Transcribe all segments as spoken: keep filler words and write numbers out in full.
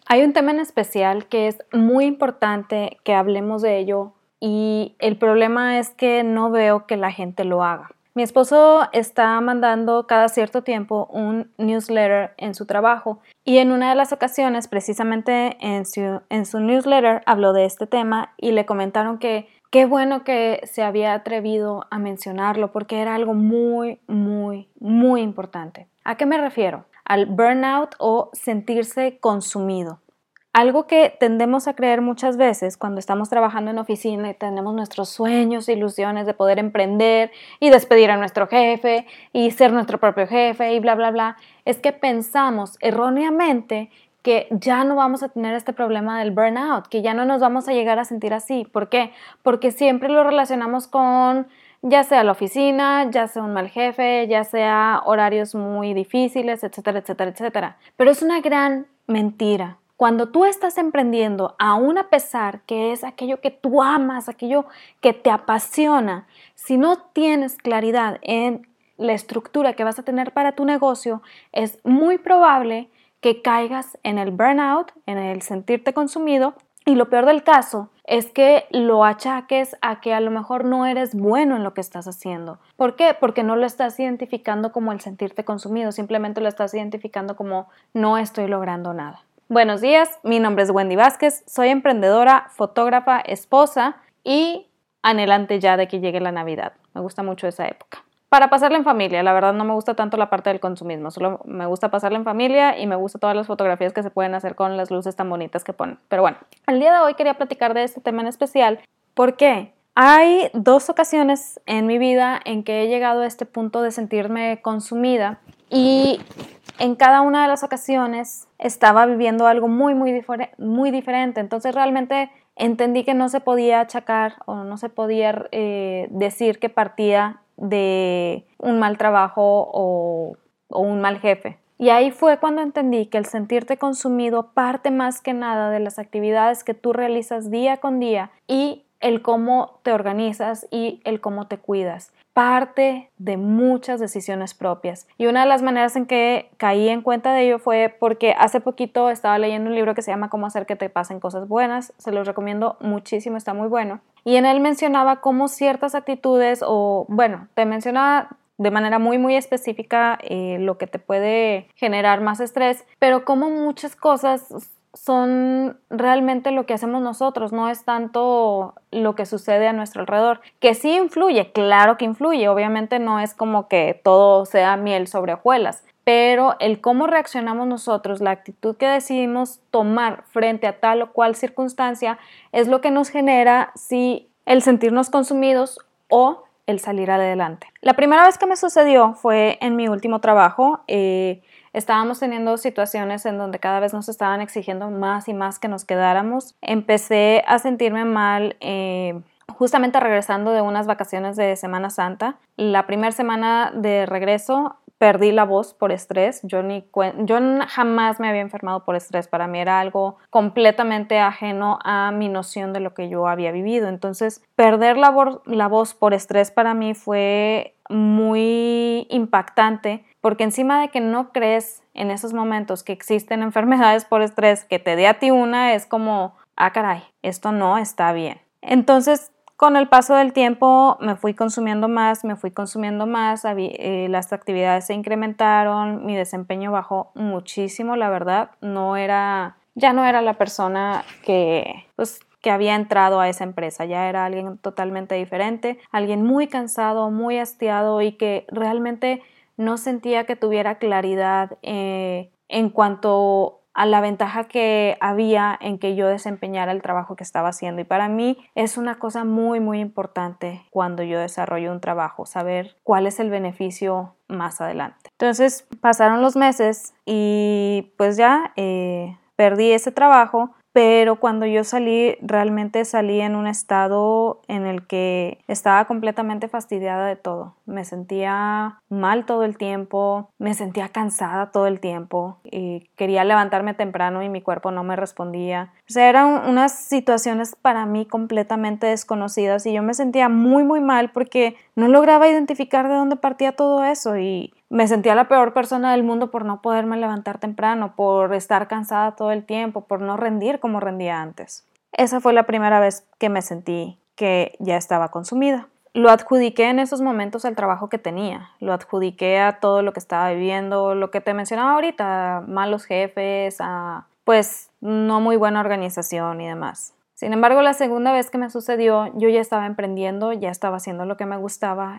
Hay un tema en especial que es muy importante que hablemos de ello y el problema es que no veo que la gente lo haga. Mi esposo está mandando cada cierto tiempo un newsletter en su trabajo y en una de las ocasiones, precisamente en su, en su newsletter, habló de este tema y le comentaron que qué bueno que se había atrevido a mencionarlo porque era algo muy, muy, muy importante. ¿A qué me refiero? Al burnout o sentirse consumido. Algo que tendemos a creer muchas veces cuando estamos trabajando en oficina y tenemos nuestros sueños e ilusiones de poder emprender y despedir a nuestro jefe y ser nuestro propio jefe y bla, bla, bla, es que pensamos erróneamente que ya no vamos a tener este problema del burnout, que ya no nos vamos a llegar a sentir así. ¿Por qué? Porque siempre lo relacionamos con ya sea la oficina, ya sea un mal jefe, ya sea horarios muy difíciles, etcétera, etcétera, etcétera. Pero es una gran mentira. Cuando tú estás emprendiendo, aún a pesar que es aquello que tú amas, aquello que te apasiona, si no tienes claridad en la estructura que vas a tener para tu negocio, es muy probable que caigas en el burnout, en el sentirte consumido, y lo peor del caso es que lo achaques a que a lo mejor no eres bueno en lo que estás haciendo. ¿Por qué? Porque no lo estás identificando como el sentirte consumido, simplemente lo estás identificando como no estoy logrando nada. Buenos días, mi nombre es Wendy Vázquez, soy emprendedora, fotógrafa, esposa y anhelante ya de que llegue la Navidad. Me gusta mucho esa época. Para pasarla en familia, la verdad no me gusta tanto la parte del consumismo, solo me gusta pasarla en familia y me gusta todas las fotografías que se pueden hacer con las luces tan bonitas que ponen. Pero bueno, el día de hoy quería platicar de este tema en especial. ¿Por qué? Hay dos ocasiones en mi vida en que he llegado a este punto de sentirme consumida y en cada una de las ocasiones estaba viviendo algo muy, muy, difer- muy diferente. Entonces realmente entendí que no se podía achacar o no se podía eh, decir que partía de un mal trabajo o, o un mal jefe. Y ahí fue cuando entendí que el sentirte consumido parte más que nada de las actividades que tú realizas día con día y el cómo te organizas y el cómo te cuidas. Parte de muchas decisiones propias. Y una de las maneras en que caí en cuenta de ello fue porque hace poquito estaba leyendo un libro que se llama Cómo hacer que te pasen cosas buenas. Se los recomiendo muchísimo, está muy bueno. Y en él mencionaba cómo ciertas actitudes o, bueno, te mencionaba de manera muy, muy específica eh, lo que te puede generar más estrés, pero cómo muchas cosas son realmente lo que hacemos nosotros, no es tanto lo que sucede a nuestro alrededor, que sí influye, claro que influye, obviamente no es como que todo sea miel sobre hojuelas, pero el cómo reaccionamos nosotros, la actitud que decidimos tomar frente a tal o cual circunstancia es lo que nos genera si el sentirnos consumidos o el salir adelante. La primera vez que me sucedió fue en mi último trabajo. Eh, estábamos teniendo situaciones en donde cada vez nos estaban exigiendo más y más que nos quedáramos. Empecé a sentirme mal eh, justamente regresando de unas vacaciones de Semana Santa. La primera semana de regreso perdí la voz por estrés. Yo, ni cuen- yo jamás me había enfermado por estrés. Para mí era algo completamente ajeno a mi noción de lo que yo había vivido. Entonces, perder la, vo- la voz por estrés para mí fue muy impactante porque encima de que no crees en esos momentos que existen enfermedades por estrés, que te dé a ti una es como, ah caray, esto no está bien. Entonces, con el paso del tiempo me fui consumiendo más, me fui consumiendo más, eh, las actividades se incrementaron, mi desempeño bajó muchísimo, la verdad, no era, ya no era la persona que, pues, que había entrado a esa empresa, ya era alguien totalmente diferente, alguien muy cansado, muy hastiado y que realmente no sentía que tuviera claridad eh, en cuanto a la ventaja que había en que yo desempeñara el trabajo que estaba haciendo. Y para mí es una cosa muy, muy importante cuando yo desarrollo un trabajo, saber cuál es el beneficio más adelante. Entonces pasaron los meses y pues ya eh, perdí ese trabajo, pero cuando yo salí, realmente salí en un estado en el que estaba completamente fastidiada de todo. Me sentía mal todo el tiempo, me sentía cansada todo el tiempo y quería levantarme temprano y mi cuerpo no me respondía. O sea, eran unas situaciones para mí completamente desconocidas y yo me sentía muy, muy mal porque no lograba identificar de dónde partía todo eso y Me sentía la peor persona del mundo por no poderme levantar temprano, por estar cansada todo el tiempo, por no rendir como rendía antes. Esa fue la primera vez que me sentí que ya estaba consumida. Lo adjudiqué en esos momentos al trabajo que tenía, lo adjudiqué a todo lo que estaba viviendo, lo que te mencionaba ahorita, malos jefes, a pues no muy buena organización y demás. Sin embargo, la segunda vez que me sucedió, yo ya estaba emprendiendo, ya estaba haciendo lo que me gustaba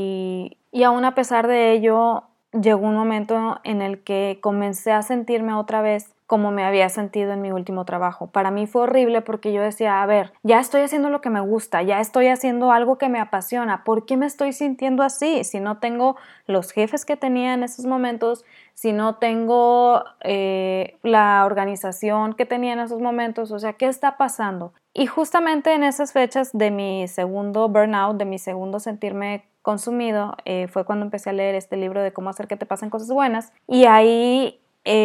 y, y aún a pesar de ello, llegó un momento en el que comencé a sentirme otra vez como me había sentido en mi último trabajo. Para mí fue horrible porque yo decía, a ver, ya estoy haciendo lo que me gusta, ya estoy haciendo algo que me apasiona, ¿por qué me estoy sintiendo así? Si no tengo los jefes que tenía en esos momentos, si no tengo eh, la organización que tenía en esos momentos, o sea, ¿qué está pasando? Y justamente en esas fechas de mi segundo burnout, de mi segundo sentirme consumido, eh, fue cuando empecé a leer este libro de cómo hacer que te pasen cosas buenas y ahí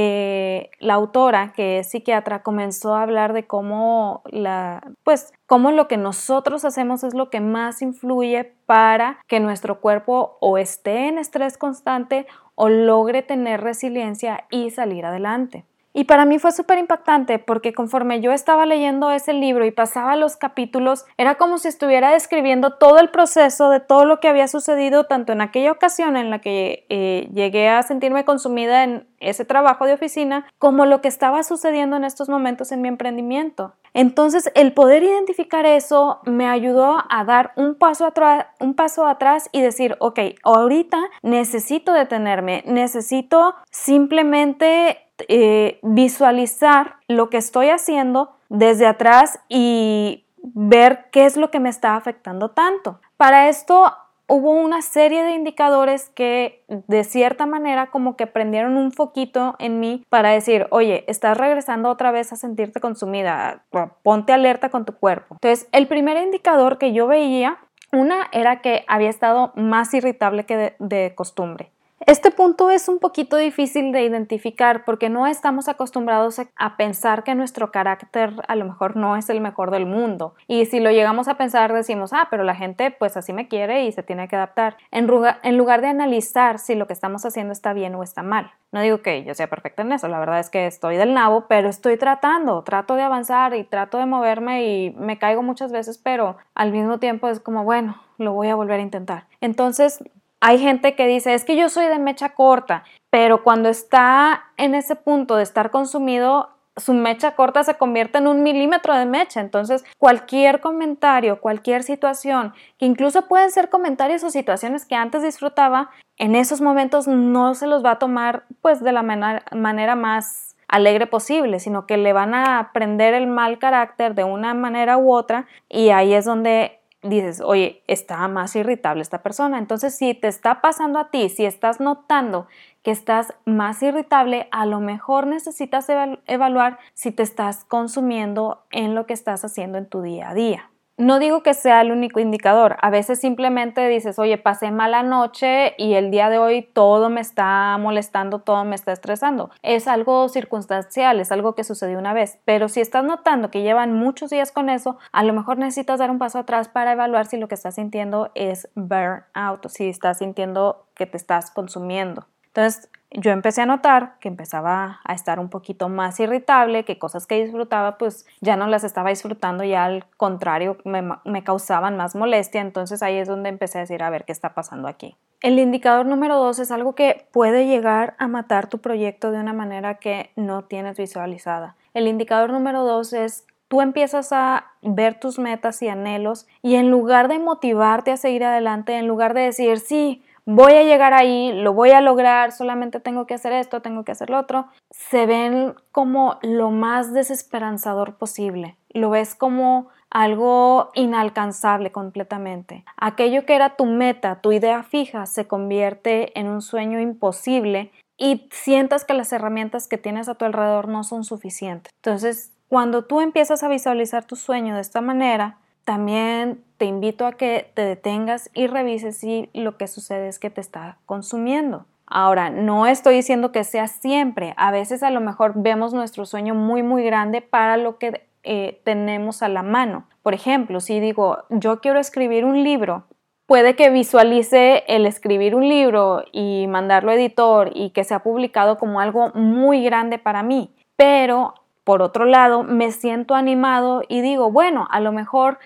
Eh, la autora, que es psiquiatra, comenzó a hablar de cómo, la, pues, cómo lo que nosotros hacemos es lo que más influye para que nuestro cuerpo o esté en estrés constante o logre tener resiliencia y salir adelante. Y para mí fue súper impactante porque conforme yo estaba leyendo ese libro y pasaba los capítulos, era como si estuviera describiendo todo el proceso de todo lo que había sucedido, tanto en aquella ocasión en la que eh, llegué a sentirme consumida en ese trabajo de oficina, como lo que estaba sucediendo en estos momentos en mi emprendimiento. Entonces, el poder identificar eso me ayudó a dar un paso atrás, un paso atrás y decir, ok, ahorita necesito detenerme, necesito simplemente Eh, visualizar lo que estoy haciendo desde atrás y ver qué es lo que me está afectando tanto. Para esto hubo una serie de indicadores que de cierta manera como que prendieron un foquito en mí para decir, oye, estás regresando otra vez a sentirte consumida, ponte alerta con tu cuerpo. Entonces, el primer indicador que yo veía, una era que había estado más irritable que de, de costumbre. Este punto es un poquito difícil de identificar porque no estamos acostumbrados a pensar que nuestro carácter a lo mejor no es el mejor del mundo y si lo llegamos a pensar decimos, ah, pero la gente pues así me quiere y se tiene que adaptar en lugar, en lugar de analizar si lo que estamos haciendo está bien o está mal. No digo que yo sea perfecta en eso, la verdad es que estoy del nabo, pero estoy tratando, trato de avanzar y trato de moverme y me caigo muchas veces, pero al mismo tiempo es como, bueno, lo voy a volver a intentar. Entonces, hay gente que dice, es que yo soy de mecha corta, pero cuando está en ese punto de estar consumido, su mecha corta se convierte en un milímetro de mecha. Entonces, cualquier comentario, cualquier situación, que incluso pueden ser comentarios o situaciones que antes disfrutaba, en esos momentos no se los va a tomar pues de la manera, manera más alegre posible, sino que le van a aprender el mal carácter de una manera u otra y ahí es donde dices, oye, está más irritable esta persona. Entonces, si te está pasando a ti, si estás notando que estás más irritable, a lo mejor necesitas evalu- evaluar si te estás consumiendo en lo que estás haciendo en tu día a día. No digo que sea el único indicador, a veces simplemente dices, oye, pasé mala noche y el día de hoy todo me está molestando, todo me está estresando. Es algo circunstancial, es algo que sucedió una vez, pero si estás notando que llevan muchos días con eso, a lo mejor necesitas dar un paso atrás para evaluar si lo que estás sintiendo es burnout o si estás sintiendo que te estás consumiendo. Entonces, yo empecé a notar que empezaba a estar un poquito más irritable, que cosas que disfrutaba pues ya no las estaba disfrutando, ya al contrario me, me causaban más molestia, entonces ahí es donde empecé a decir a ver qué está pasando aquí. El indicador número dos es algo que puede llegar a matar tu proyecto de una manera que no tienes visualizada. El indicador número dos es tú empiezas a ver tus metas y anhelos y en lugar de motivarte a seguir adelante, en lugar de decir sí, voy a llegar ahí, lo voy a lograr, solamente tengo que hacer esto, tengo que hacer lo otro, se ven como lo más desesperanzador posible. Lo ves como algo inalcanzable completamente. Aquello que era tu meta, tu idea fija, se convierte en un sueño imposible y sientas que las herramientas que tienes a tu alrededor no son suficientes. Entonces, cuando tú empiezas a visualizar tu sueño de esta manera, también te invito a que te detengas y revises si lo que sucede es que te está consumiendo. Ahora, no estoy diciendo que sea siempre. A veces a lo mejor vemos nuestro sueño muy, muy grande para lo que eh, tenemos a la mano. Por ejemplo, si digo, yo quiero escribir un libro puede que visualice el escribir un libro y mandarlo a editor y que sea publicado como algo muy grande para mí, pero por otro lado me siento animado y digo, bueno, a lo mejor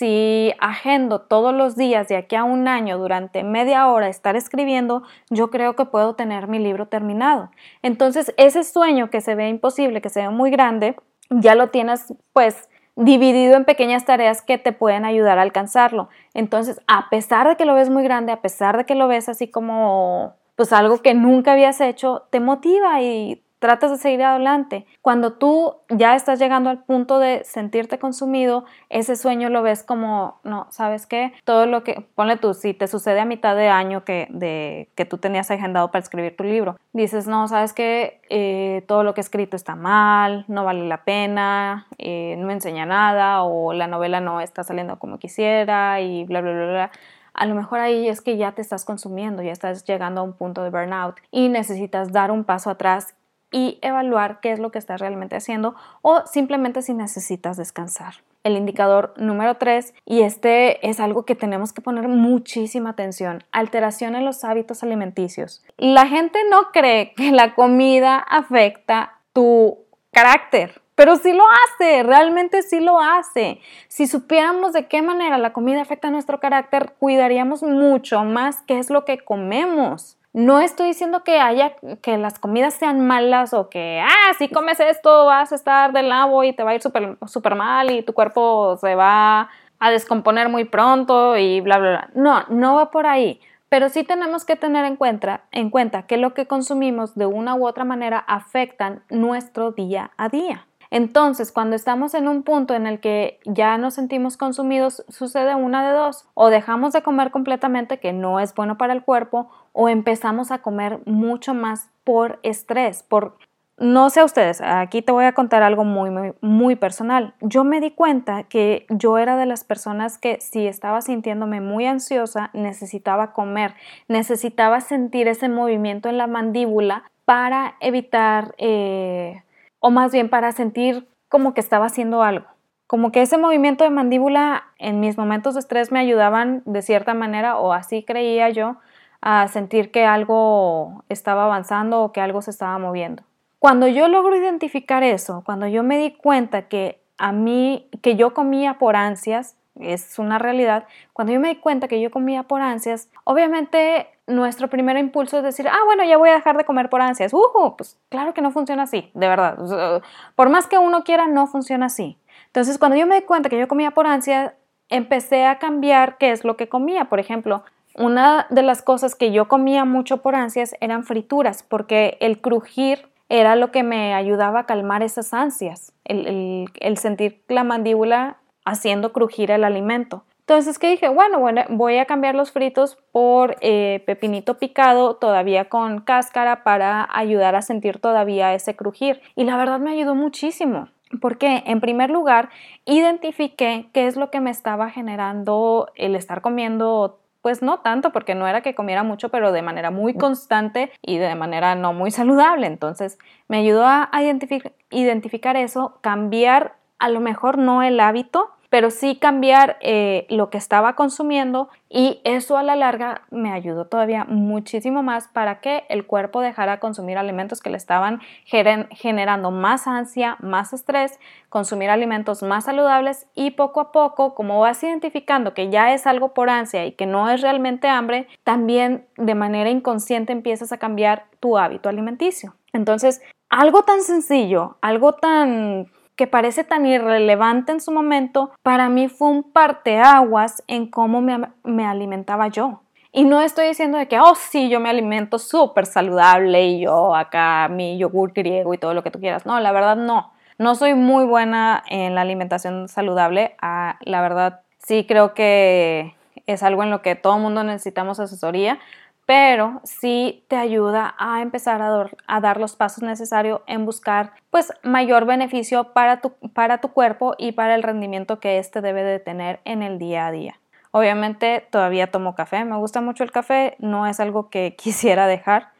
si agendo todos los días de aquí a un año durante media hora estar escribiendo, yo creo que puedo tener mi libro terminado. Entonces ese sueño que se ve imposible, que se ve muy grande, ya lo tienes pues dividido en pequeñas tareas que te pueden ayudar a alcanzarlo. Entonces, a pesar de que lo ves muy grande, a pesar de que lo ves así como pues algo que nunca habías hecho, te motiva y tratas de seguir adelante. Cuando tú ya estás llegando al punto de sentirte consumido, ese sueño lo ves como, no, ¿sabes qué? Todo lo que, ponle tú, si te sucede a mitad de año que, de, que tú tenías agendado para escribir tu libro, dices, no, ¿sabes qué? Eh, todo lo que he escrito está mal, no vale la pena, eh, no me enseña nada o la novela no está saliendo como quisiera y bla, bla, bla, bla. A lo mejor ahí es que ya te estás consumiendo, ya estás llegando a un punto de burnout y necesitas dar un paso atrás y evaluar qué es lo que estás realmente haciendo o simplemente si necesitas descansar. El indicador número tres, y este es algo que tenemos que poner muchísima atención, alteración en los hábitos alimenticios. La gente no cree que la comida afecta tu carácter, pero sí lo hace, realmente sí lo hace. Si supiéramos de qué manera la comida afecta nuestro carácter, cuidaríamos mucho más qué es lo que comemos. No estoy diciendo que haya, que las comidas sean malas o que, ah, si comes esto vas a estar del nabo y te va a ir súper súper mal y tu cuerpo se va a descomponer muy pronto y bla, bla, bla. No, no va por ahí. Pero sí tenemos que tener en cuenta, en cuenta que lo que consumimos de una u otra manera afectan nuestro día a día. Entonces, cuando estamos en un punto en el que ya nos sentimos consumidos, sucede una de dos. O dejamos de comer completamente, que no es bueno para el cuerpo, o empezamos a comer mucho más por estrés, por... No sé ustedes, aquí te voy a contar algo muy, muy, muy personal. Yo me di cuenta que yo era de las personas que si estaba sintiéndome muy ansiosa, necesitaba comer, necesitaba sentir ese movimiento en la mandíbula para evitar... Eh, o más bien para sentir como que estaba haciendo algo. Como que ese movimiento de mandíbula en mis momentos de estrés me ayudaban de cierta manera, o así creía yo, a sentir que algo estaba avanzando o que algo se estaba moviendo. Cuando yo logro identificar eso, cuando yo me di cuenta que a mí, que yo comía por ansias, es una realidad, cuando yo me di cuenta que yo comía por ansias, obviamente nuestro primer impulso es decir, ah, bueno, ya voy a dejar de comer por ansias. Uh, pues claro que no funciona así, de verdad. O sea, por más que uno quiera, no funciona así. Entonces, cuando yo me di cuenta que yo comía por ansias, empecé a cambiar qué es lo que comía. Por ejemplo, una de las cosas que yo comía mucho por ansias eran frituras, porque el crujir era lo que me ayudaba a calmar esas ansias, el, el, el sentir la mandíbula haciendo crujir el alimento. Entonces, ¿qué dije? Bueno, bueno, voy a cambiar los fritos por eh, pepinito picado todavía con cáscara para ayudar a sentir todavía ese crujir. Y la verdad me ayudó muchísimo. Porque, en primer lugar, identifiqué qué es lo que me estaba generando el estar comiendo, pues no tanto, porque no era que comiera mucho, pero de manera muy constante y de manera no muy saludable. Entonces, me ayudó a identific- identificar eso, cambiar a lo mejor no el hábito, pero sí cambiar eh, lo que estaba consumiendo, y eso a la larga me ayudó todavía muchísimo más para que el cuerpo dejara consumir alimentos que le estaban gener- generando más ansia, más estrés, consumir alimentos más saludables, y poco a poco, como vas identificando que ya es algo por ansia y que no es realmente hambre, también de manera inconsciente empiezas a cambiar tu hábito alimenticio. Entonces, algo tan sencillo, algo tan... que parece tan irrelevante en su momento, para mí fue un parteaguas en cómo me, me alimentaba yo. Y no estoy diciendo de que, oh sí, yo me alimento súper saludable y yo acá mi yogur griego y todo lo que tú quieras. No, la verdad no. No soy muy buena en la alimentación saludable. Ah, la verdad sí creo que es algo en lo que todo el mundo necesitamos asesoría, pero sí te ayuda a empezar a, do- a dar los pasos necesarios en buscar pues mayor beneficio para tu, para tu cuerpo y para el rendimiento que éste debe de tener en el día a día. Obviamente todavía tomo café, me gusta mucho el café, no es algo que quisiera dejar,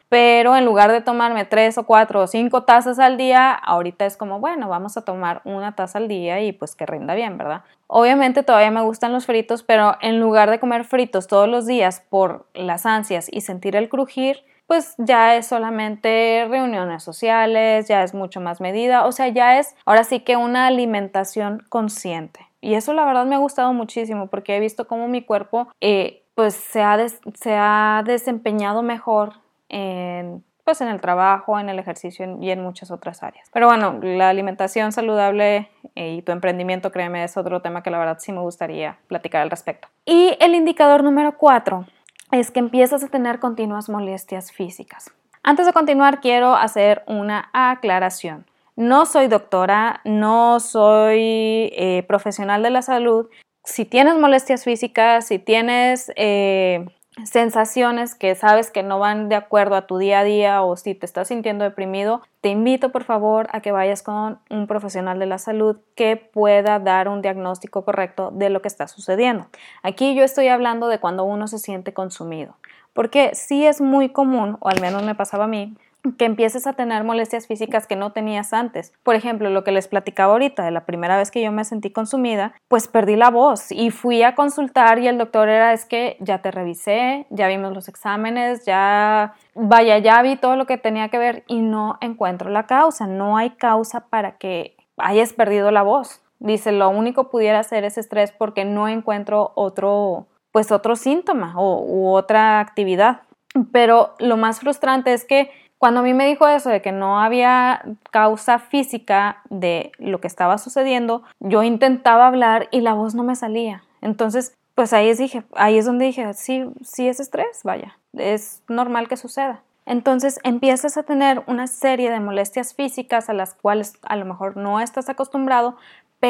pero en lugar de tomarme tres o cuatro o cinco tazas al día, ahorita es como, bueno, vamos a tomar una taza al día y pues que rinda bien, ¿verdad? Obviamente todavía me gustan los fritos, pero en lugar de comer fritos todos los días por las ansias y sentir el crujir, pues ya es solamente reuniones sociales, ya es mucho más medida, o sea, ya es ahora sí que una alimentación consciente. Y eso la verdad me ha gustado muchísimo porque he visto cómo mi cuerpo eh, pues se ha, des- se ha desempeñado mejor en, pues en el trabajo, en el ejercicio y en muchas otras áreas. Pero bueno, la alimentación saludable eh, y tu emprendimiento, créeme, es otro tema que la verdad sí me gustaría platicar al respecto. Y el indicador número cuatro es que empiezas a tener continuas molestias físicas. Antes de continuar, quiero hacer una aclaración. No soy doctora, no soy eh, profesional de la salud. Si tienes molestias físicas, si tienes eh, sensaciones que sabes que no van de acuerdo a tu día a día o si te estás sintiendo deprimido, te invito por favor a que vayas con un profesional de la salud que pueda dar un diagnóstico correcto de lo que está sucediendo. Aquí yo estoy hablando de cuando uno se siente consumido, porque sí es muy común, o al menos me pasaba a mí, que empieces a tener molestias físicas que no tenías antes. Por ejemplo, lo que les platicaba ahorita, de la primera vez que yo me sentí consumida, pues perdí la voz y fui a consultar y el doctor era, es que ya te revisé, ya vimos los exámenes, ya, vaya, ya vi todo lo que tenía que ver y no encuentro la causa, no hay causa para que hayas perdido la voz. Dice, lo único pudiera ser ese estrés porque no encuentro otro, pues otro síntoma o, u otra actividad. Pero lo más frustrante es que cuando a mí me dijo eso de que no había causa física de lo que estaba sucediendo, yo intentaba hablar y la voz no me salía. Entonces, pues ahí es, dije, ahí es donde dije, sí, sí es estrés, vaya, es normal que suceda. Entonces empiezas a tener una serie de molestias físicas a las cuales a lo mejor no estás acostumbrado,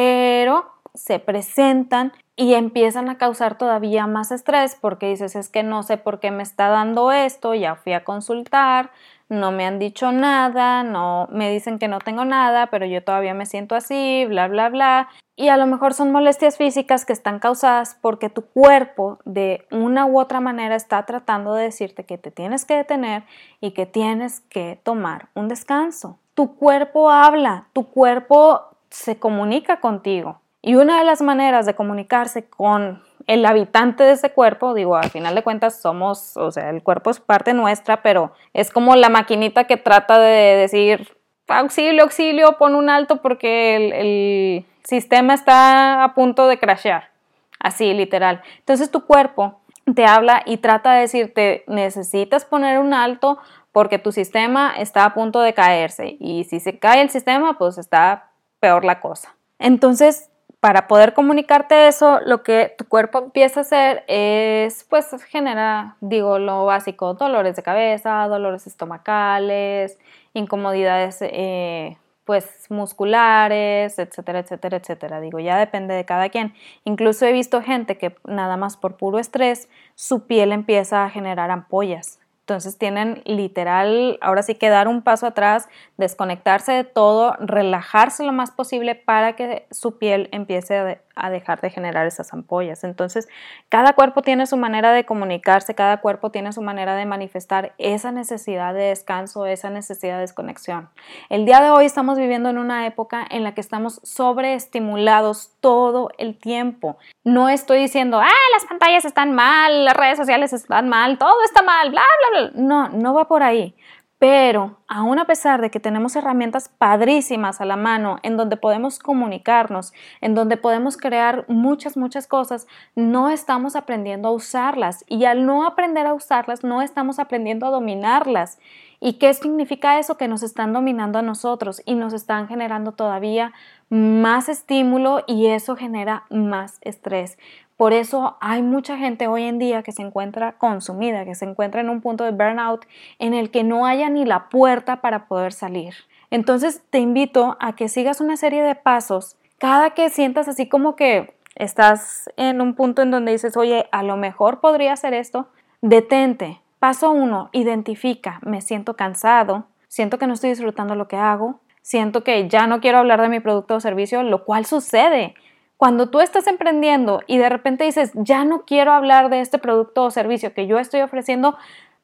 pero se presentan y empiezan a causar todavía más estrés porque dices, es que no sé por qué me está dando esto, ya fui a consultar, no me han dicho nada, no me dicen que no tengo nada, pero yo todavía me siento así, bla, bla, bla. Y a lo mejor son molestias físicas que están causadas porque tu cuerpo de una u otra manera está tratando de decirte que te tienes que detener y que tienes que tomar un descanso. Tu cuerpo habla, tu cuerpo se comunica contigo. Y una de las maneras de comunicarse con el habitante de ese cuerpo, digo, al final de cuentas somos, o sea, el cuerpo es parte nuestra, pero es como la maquinita que trata de decir, auxilio, auxilio, pon un alto porque el, el sistema está a punto de crashear, así, literal. Entonces tu cuerpo te habla y trata de decirte, necesitas poner un alto porque tu sistema está a punto de caerse y si se cae el sistema, pues está peor la cosa. Entonces, para poder comunicarte eso, lo que tu cuerpo empieza a hacer es, pues, genera, digo, lo básico, dolores de cabeza, dolores estomacales, incomodidades, eh, pues, musculares, etcétera, etcétera, etcétera. Digo, ya depende de cada quien. Incluso he visto gente que nada más por puro estrés, su piel empieza a generar ampollas. Entonces tienen literal, ahora sí que dar un paso atrás, desconectarse de todo, relajarse lo más posible para que su piel empiece a, de, a dejar de generar esas ampollas. Entonces, cada cuerpo tiene su manera de comunicarse, cada cuerpo tiene su manera de manifestar esa necesidad de descanso, esa necesidad de desconexión. El día de hoy estamos viviendo en una época en la que estamos sobreestimulados todo el tiempo. No estoy diciendo, ah, las pantallas están mal, las redes sociales están mal, todo está mal, bla, bla, bla. No, no va por ahí. Pero aún a pesar de que tenemos herramientas padrísimas a la mano en donde podemos comunicarnos, en donde podemos crear muchas, muchas cosas, no estamos aprendiendo a usarlas. Y al no aprender a usarlas, no estamos aprendiendo a dominarlas. ¿Y qué significa eso? Que nos están dominando a nosotros y nos están generando todavía más estímulo y eso genera más estrés. Por eso hay mucha gente hoy en día que se encuentra consumida, que se encuentra en un punto de burnout en el que no haya ni la puerta para poder salir. Entonces te invito a que sigas una serie de pasos cada que sientas así como que estás en un punto en donde dices, oye, a lo mejor podría hacer esto, detente. Paso uno, identifica, me siento cansado, siento que no estoy disfrutando lo que hago, siento que ya no quiero hablar de mi producto o servicio, lo cual sucede. Cuando tú estás emprendiendo y de repente dices, ya no quiero hablar de este producto o servicio que yo estoy ofreciendo,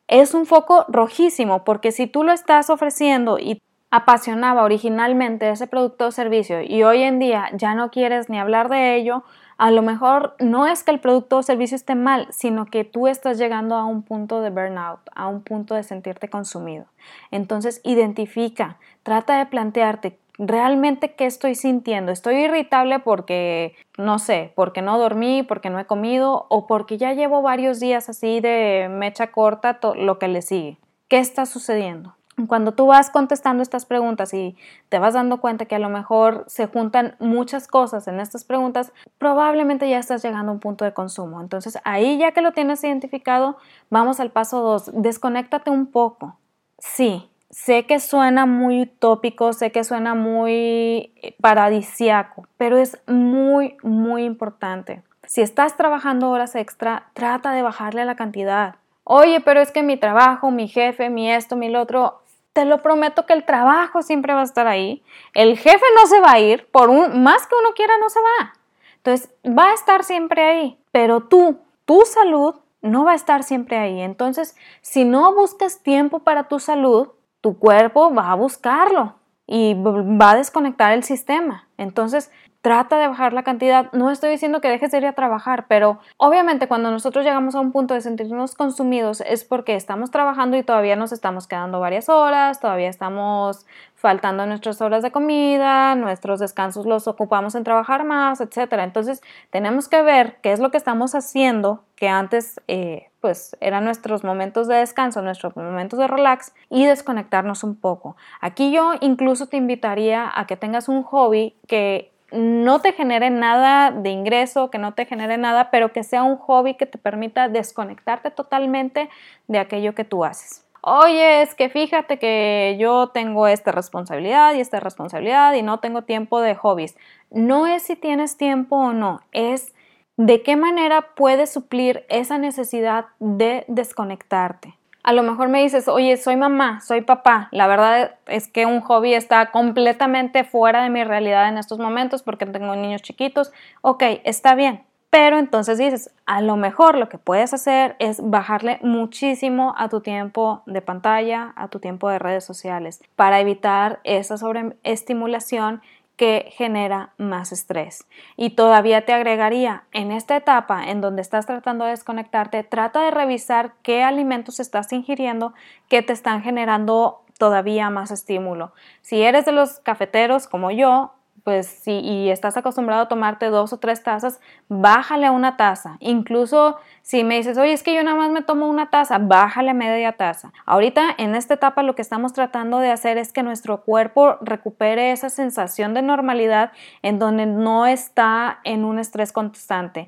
es un foco rojísimo, porque si tú lo estás ofreciendo y apasionaba originalmente ese producto o servicio y hoy en día ya no quieres ni hablar de ello, a lo mejor no es que el producto o servicio esté mal, sino que tú estás llegando a un punto de burnout, a un punto de sentirte consumido. Entonces, identifica, trata de plantearte realmente qué estoy sintiendo. Estoy irritable porque, no sé, porque no dormí, porque no he comido o porque ya llevo varios días así de mecha corta, lo que le sigue. ¿Qué está sucediendo? Cuando tú vas contestando estas preguntas y te vas dando cuenta que a lo mejor se juntan muchas cosas en estas preguntas, probablemente ya estás llegando a un punto de consumo. Entonces, ahí ya que lo tienes identificado, vamos al paso dos. Desconéctate un poco. Sí, sé que suena muy utópico, sé que suena muy paradisiaco, pero es muy, muy importante. Si estás trabajando horas extra, trata de bajarle la cantidad. Oye, pero es que mi trabajo, mi jefe, mi esto, mi lo otro, te lo prometo que el trabajo siempre va a estar ahí. El jefe no se va a ir, por un, más que uno quiera no se va. Entonces, va a estar siempre ahí, pero tú, tu salud no va a estar siempre ahí. Entonces, si no buscas tiempo para tu salud, tu cuerpo va a buscarlo y va a desconectar el sistema. Entonces, trata de bajar la cantidad. No estoy diciendo que dejes de ir a trabajar, pero obviamente cuando nosotros llegamos a un punto de sentirnos consumidos es porque estamos trabajando y todavía nos estamos quedando varias horas, todavía estamos faltando nuestras horas de comida, nuestros descansos los ocupamos en trabajar más, etcétera. Entonces, tenemos que ver qué es lo que estamos haciendo, que antes eh, pues eran nuestros momentos de descanso, nuestros momentos de relax y desconectarnos un poco. Aquí yo incluso te invitaría a que tengas un hobby que no te genere nada de ingreso, que no te genere nada, pero que sea un hobby que te permita desconectarte totalmente de aquello que tú haces. Oye, es que fíjate que yo tengo esta responsabilidad y esta responsabilidad y no tengo tiempo de hobbies. No es si tienes tiempo o no, es de qué manera puedes suplir esa necesidad de desconectarte. A lo mejor me dices, oye, soy mamá, soy papá. La verdad es que un hobby está completamente fuera de mi realidad en estos momentos porque tengo niños chiquitos. Ok, está bien. Pero entonces dices, a lo mejor lo que puedes hacer es bajarle muchísimo a tu tiempo de pantalla, a tu tiempo de redes sociales, para evitar esa sobreestimulación que genera más estrés. Y todavía te agregaría, en esta etapa en donde estás tratando de desconectarte, trata de revisar qué alimentos estás ingiriendo que te están generando todavía más estímulo. Si eres de los cafeteros como yo, pues si y estás acostumbrado a tomarte dos o tres tazas, bájale a una taza. Incluso si me dices, oye, es que yo nada más me tomo una taza, bájale a media taza. Ahorita en esta etapa lo que estamos tratando de hacer es que nuestro cuerpo recupere esa sensación de normalidad en donde no está en un estrés constante.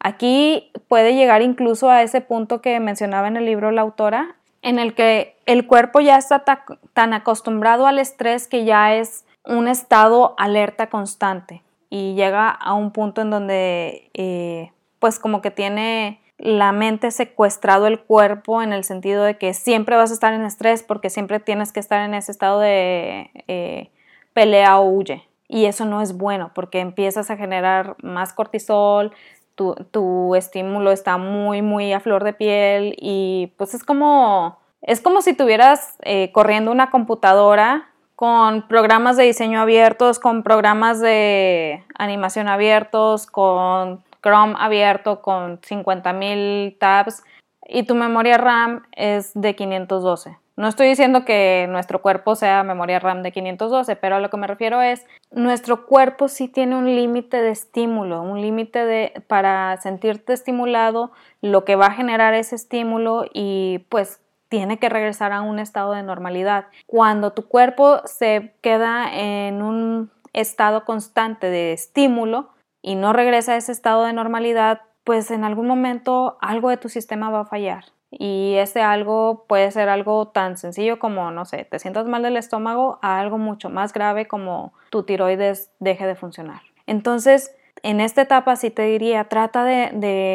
Aquí puede llegar incluso a ese punto que mencionaba en el libro la autora, en el que el cuerpo ya está tan acostumbrado al estrés que ya es un estado alerta constante y llega a un punto en donde eh, pues como que tiene la mente secuestrado el cuerpo en el sentido de que siempre vas a estar en estrés porque siempre tienes que estar en ese estado de eh, pelea o huye, y eso no es bueno porque empiezas a generar más cortisol, tu, tu estímulo está muy muy a flor de piel y pues es como, es como si tuvieras eh, corriendo una computadora con programas de diseño abiertos, con programas de animación abiertos, con Chrome abierto, con cincuenta mil tabs y tu memoria RAM es de quinientos doce. No estoy diciendo que nuestro cuerpo sea memoria RAM de quinientos doce, pero a lo que me refiero es, nuestro cuerpo sí tiene un límite de estímulo, un límite de para sentirte estimulado, lo que va a generar ese estímulo y pues tiene que regresar a un estado de normalidad. Cuando tu cuerpo se queda en un estado constante de estímulo y no regresa a ese estado de normalidad, pues en algún momento algo de tu sistema va a fallar. Y ese algo puede ser algo tan sencillo como, no sé, te sientas mal del estómago, a algo mucho más grave como tu tiroides deje de funcionar. Entonces, en esta etapa sí te diría, trata de,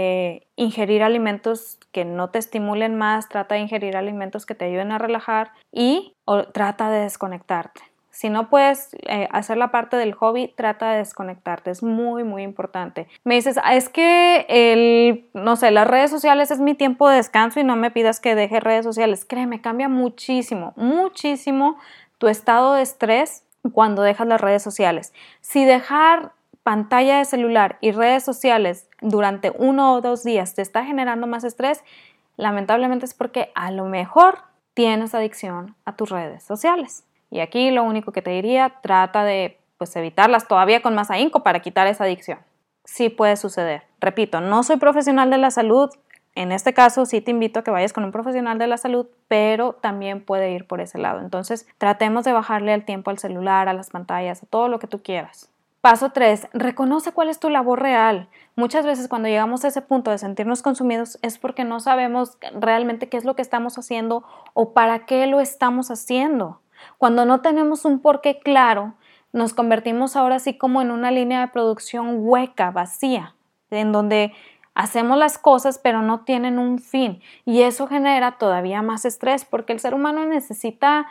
de ingerir alimentos que no te estimulen más, trata de ingerir alimentos que te ayuden a relajar y o, trata de desconectarte. Si no puedes eh, hacer la parte del hobby, trata de desconectarte. Es muy, muy importante. Me dices, ah, es que el, no sé, las redes sociales es mi tiempo de descanso y no me pidas que deje redes sociales. Créeme, cambia muchísimo, muchísimo tu estado de estrés cuando dejas las redes sociales. Si dejar pantalla de celular y redes sociales durante uno o dos días te está generando más estrés, lamentablemente es porque a lo mejor tienes adicción a tus redes sociales. Y aquí lo único que te diría, trata de pues, evitarlas todavía con más ahínco para quitar esa adicción. Sí puede suceder. Repito, no soy profesional de la salud. En este caso sí te invito a que vayas con un profesional de la salud, pero también puede ir por ese lado. Entonces tratemos de bajarle el tiempo al celular, a las pantallas, a todo lo que tú quieras. Paso tres, reconoce cuál es tu labor real. Muchas veces cuando llegamos a ese punto de sentirnos consumidos es porque no sabemos realmente qué es lo que estamos haciendo o para qué lo estamos haciendo. Cuando no tenemos un porqué claro, nos convertimos ahora sí como en una línea de producción hueca, vacía, en donde hacemos las cosas pero no tienen un fin y eso genera todavía más estrés porque el ser humano necesita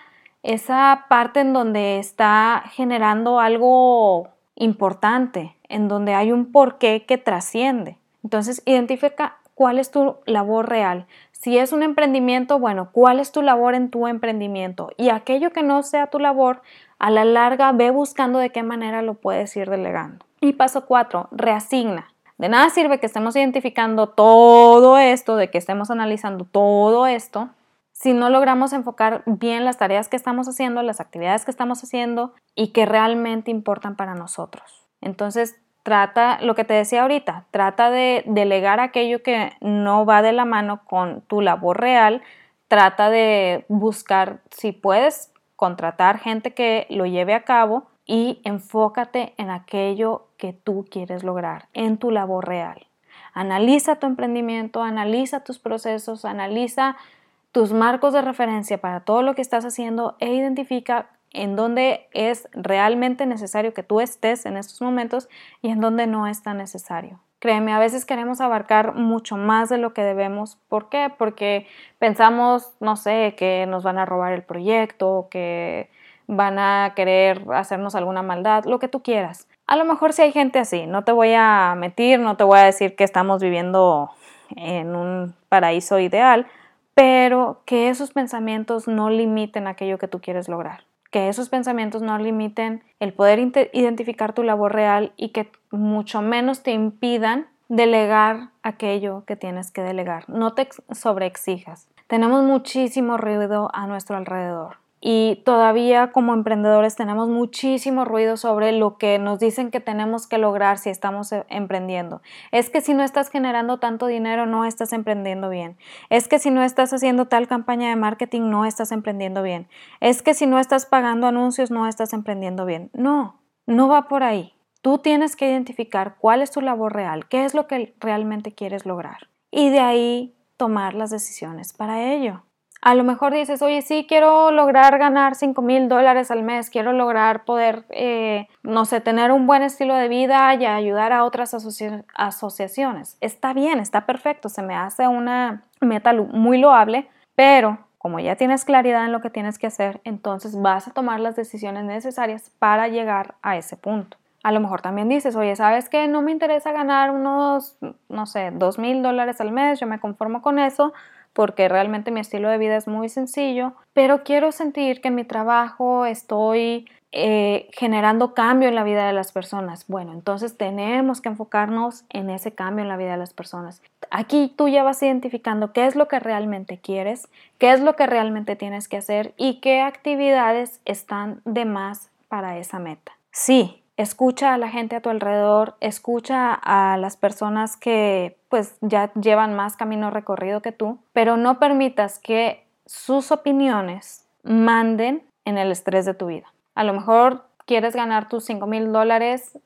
esa parte en donde está generando algo importante, en donde hay un porqué que trasciende. Entonces, identifica cuál es tu labor real. Si es un emprendimiento, bueno, ¿cuál es tu labor en tu emprendimiento? Y aquello que no sea tu labor, a la larga ve buscando de qué manera lo puedes ir delegando. Y paso cuatro, reasigna. De nada sirve que estemos identificando todo esto, de que estemos analizando todo esto, si no logramos enfocar bien las tareas que estamos haciendo, las actividades que estamos haciendo y que realmente importan para nosotros. Entonces, trata, lo que te decía ahorita, trata de delegar aquello que no va de la mano con tu labor real, trata de buscar, si puedes, contratar gente que lo lleve a cabo y enfócate en aquello que tú quieres lograr, en tu labor real. Analiza tu emprendimiento, analiza tus procesos, analiza tus marcos de referencia para todo lo que estás haciendo e identifica en dónde es realmente necesario que tú estés en estos momentos y en dónde no es tan necesario. Créeme, a veces queremos abarcar mucho más de lo que debemos. ¿Por qué? Porque pensamos, no sé, que nos van a robar el proyecto, que van a querer hacernos alguna maldad, lo que tú quieras. A lo mejor sí hay gente así, no te voy a mentir, no te voy a decir que estamos viviendo en un paraíso ideal, pero que esos pensamientos no limiten aquello que tú quieres lograr. Que esos pensamientos no limiten el poder identificar tu labor real y que mucho menos te impidan delegar aquello que tienes que delegar. No te sobreexijas. Tenemos muchísimo ruido a nuestro alrededor y todavía como emprendedores tenemos muchísimo ruido sobre lo que nos dicen que tenemos que lograr si estamos emprendiendo. Es que si no estás generando tanto dinero no estás emprendiendo bien. Es que si no estás haciendo tal campaña de marketing no estás emprendiendo bien. Es que si no estás pagando anuncios no estás emprendiendo bien. No, no va por ahí. Tú tienes que identificar cuál es tu labor real, qué es lo que realmente quieres lograr y de ahí tomar las decisiones para ello. A lo mejor dices, oye, sí, quiero lograr ganar cinco mil dólares al mes, quiero lograr poder, eh, no sé, tener un buen estilo de vida y ayudar a otras asoci- asociaciones. Está bien, está perfecto, se me hace una meta muy loable, pero como ya tienes claridad en lo que tienes que hacer, entonces vas a tomar las decisiones necesarias para llegar a ese punto. A lo mejor también dices, oye, ¿sabes qué? No me interesa ganar unos, no sé, dos mil dólares al mes, yo me conformo con eso, porque realmente mi estilo de vida es muy sencillo, pero quiero sentir que en mi trabajo estoy eh, generando cambio en la vida de las personas. Bueno, entonces tenemos que enfocarnos en ese cambio en la vida de las personas. Aquí tú ya vas identificando qué es lo que realmente quieres, qué es lo que realmente tienes que hacer y qué actividades están de más para esa meta. Sí. Escucha a la gente a tu alrededor, escucha a las personas que pues ya llevan más camino recorrido que tú, pero no permitas que sus opiniones manden en el estrés de tu vida. A lo mejor quieres ganar tus cinco mil dólares,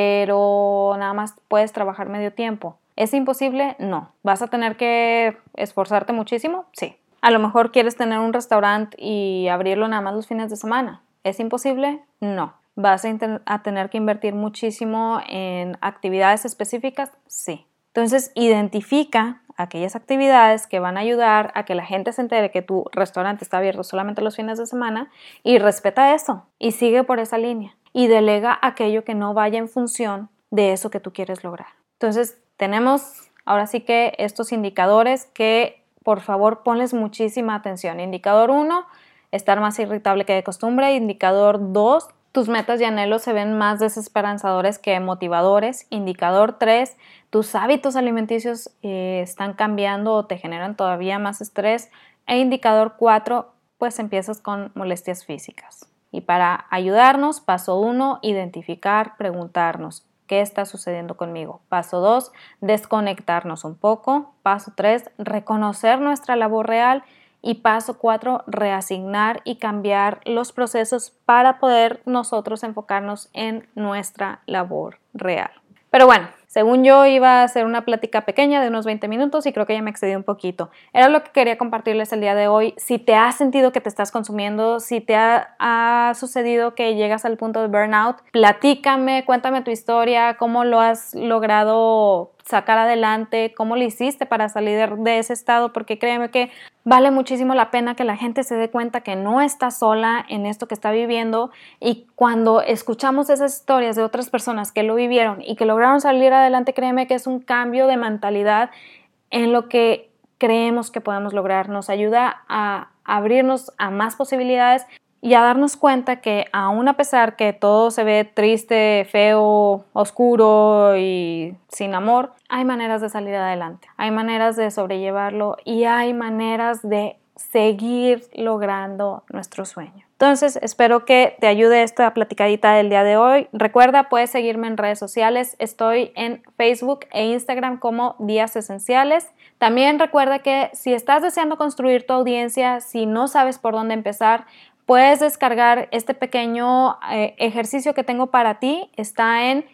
pero nada más puedes trabajar medio tiempo. ¿Es imposible? No. ¿Vas a tener que esforzarte muchísimo? Sí. A lo mejor quieres tener un restaurante y abrirlo nada más los fines de semana. ¿Es imposible? No. ¿Vas a, inter- a tener que invertir muchísimo en actividades específicas? Sí. Entonces, identifica aquellas actividades que van a ayudar a que la gente se entere que tu restaurante está abierto solamente los fines de semana y respeta eso y sigue por esa línea y delega aquello que no vaya en función de eso que tú quieres lograr. Entonces tenemos ahora sí que estos indicadores que por favor ponles muchísima atención. Indicador uno, estar más irritable que de costumbre. Indicador dos, tus metas y anhelos se ven más desesperanzadores que motivadores. Indicador tres, tus hábitos alimenticios eh, están cambiando o te generan todavía más estrés. E indicador cuatro, pues empiezas con molestias físicas. Y para ayudarnos, paso uno, identificar, preguntarnos, ¿qué está sucediendo conmigo? Paso dos, desconectarnos un poco. Paso tres, reconocer nuestra labor real. Y paso cuatro, reasignar y cambiar los procesos para poder nosotros enfocarnos en nuestra labor real. Pero bueno, según yo iba a hacer una plática pequeña de unos veinte minutos y creo que ya me excedí un poquito. Era lo que quería compartirles el día de hoy. Si te has sentido que te estás consumiendo, si te ha, ha sucedido que llegas al punto de burnout, platícame, cuéntame tu historia, cómo lo has logrado sacar adelante, cómo lo hiciste para salir de ese estado, porque créeme que vale muchísimo la pena que la gente se dé cuenta que no está sola en esto que está viviendo y cuando escuchamos esas historias de otras personas que lo vivieron y que lograron salir adelante, créeme que es un cambio de mentalidad en lo que creemos que podemos lograr. Nos ayuda a abrirnos a más posibilidades y a darnos cuenta que aún a pesar que todo se ve triste, feo, oscuro y sin amor, hay maneras de salir adelante, hay maneras de sobrellevarlo y hay maneras de seguir logrando nuestro sueño. Entonces, espero que te ayude esta platicadita del día de hoy. Recuerda, puedes seguirme en redes sociales. Estoy en Facebook e Instagram como Días Esenciales. También recuerda que si estás deseando construir tu audiencia, si no sabes por dónde empezar, puedes descargar este pequeño eh, ejercicio que tengo para ti. Está en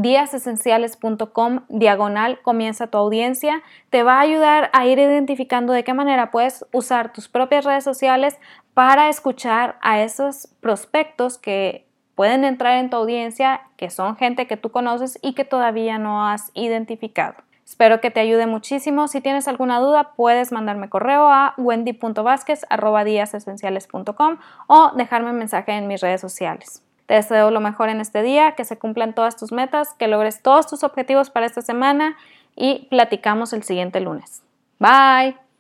díasesenciales.com diagonal comienza tu audiencia. Te va a ayudar a ir identificando de qué manera puedes usar tus propias redes sociales para escuchar a esos prospectos que pueden entrar en tu audiencia, que son gente que tú conoces y que todavía no has identificado. Espero que te ayude muchísimo. Si tienes alguna duda, puedes mandarme correo a wendy punto vasquez arroba díasesenciales punto com o dejarme un mensaje en mis redes sociales. Te deseo lo mejor en este día, que se cumplan todas tus metas, que logres todos tus objetivos para esta semana y platicamos el siguiente lunes. Bye.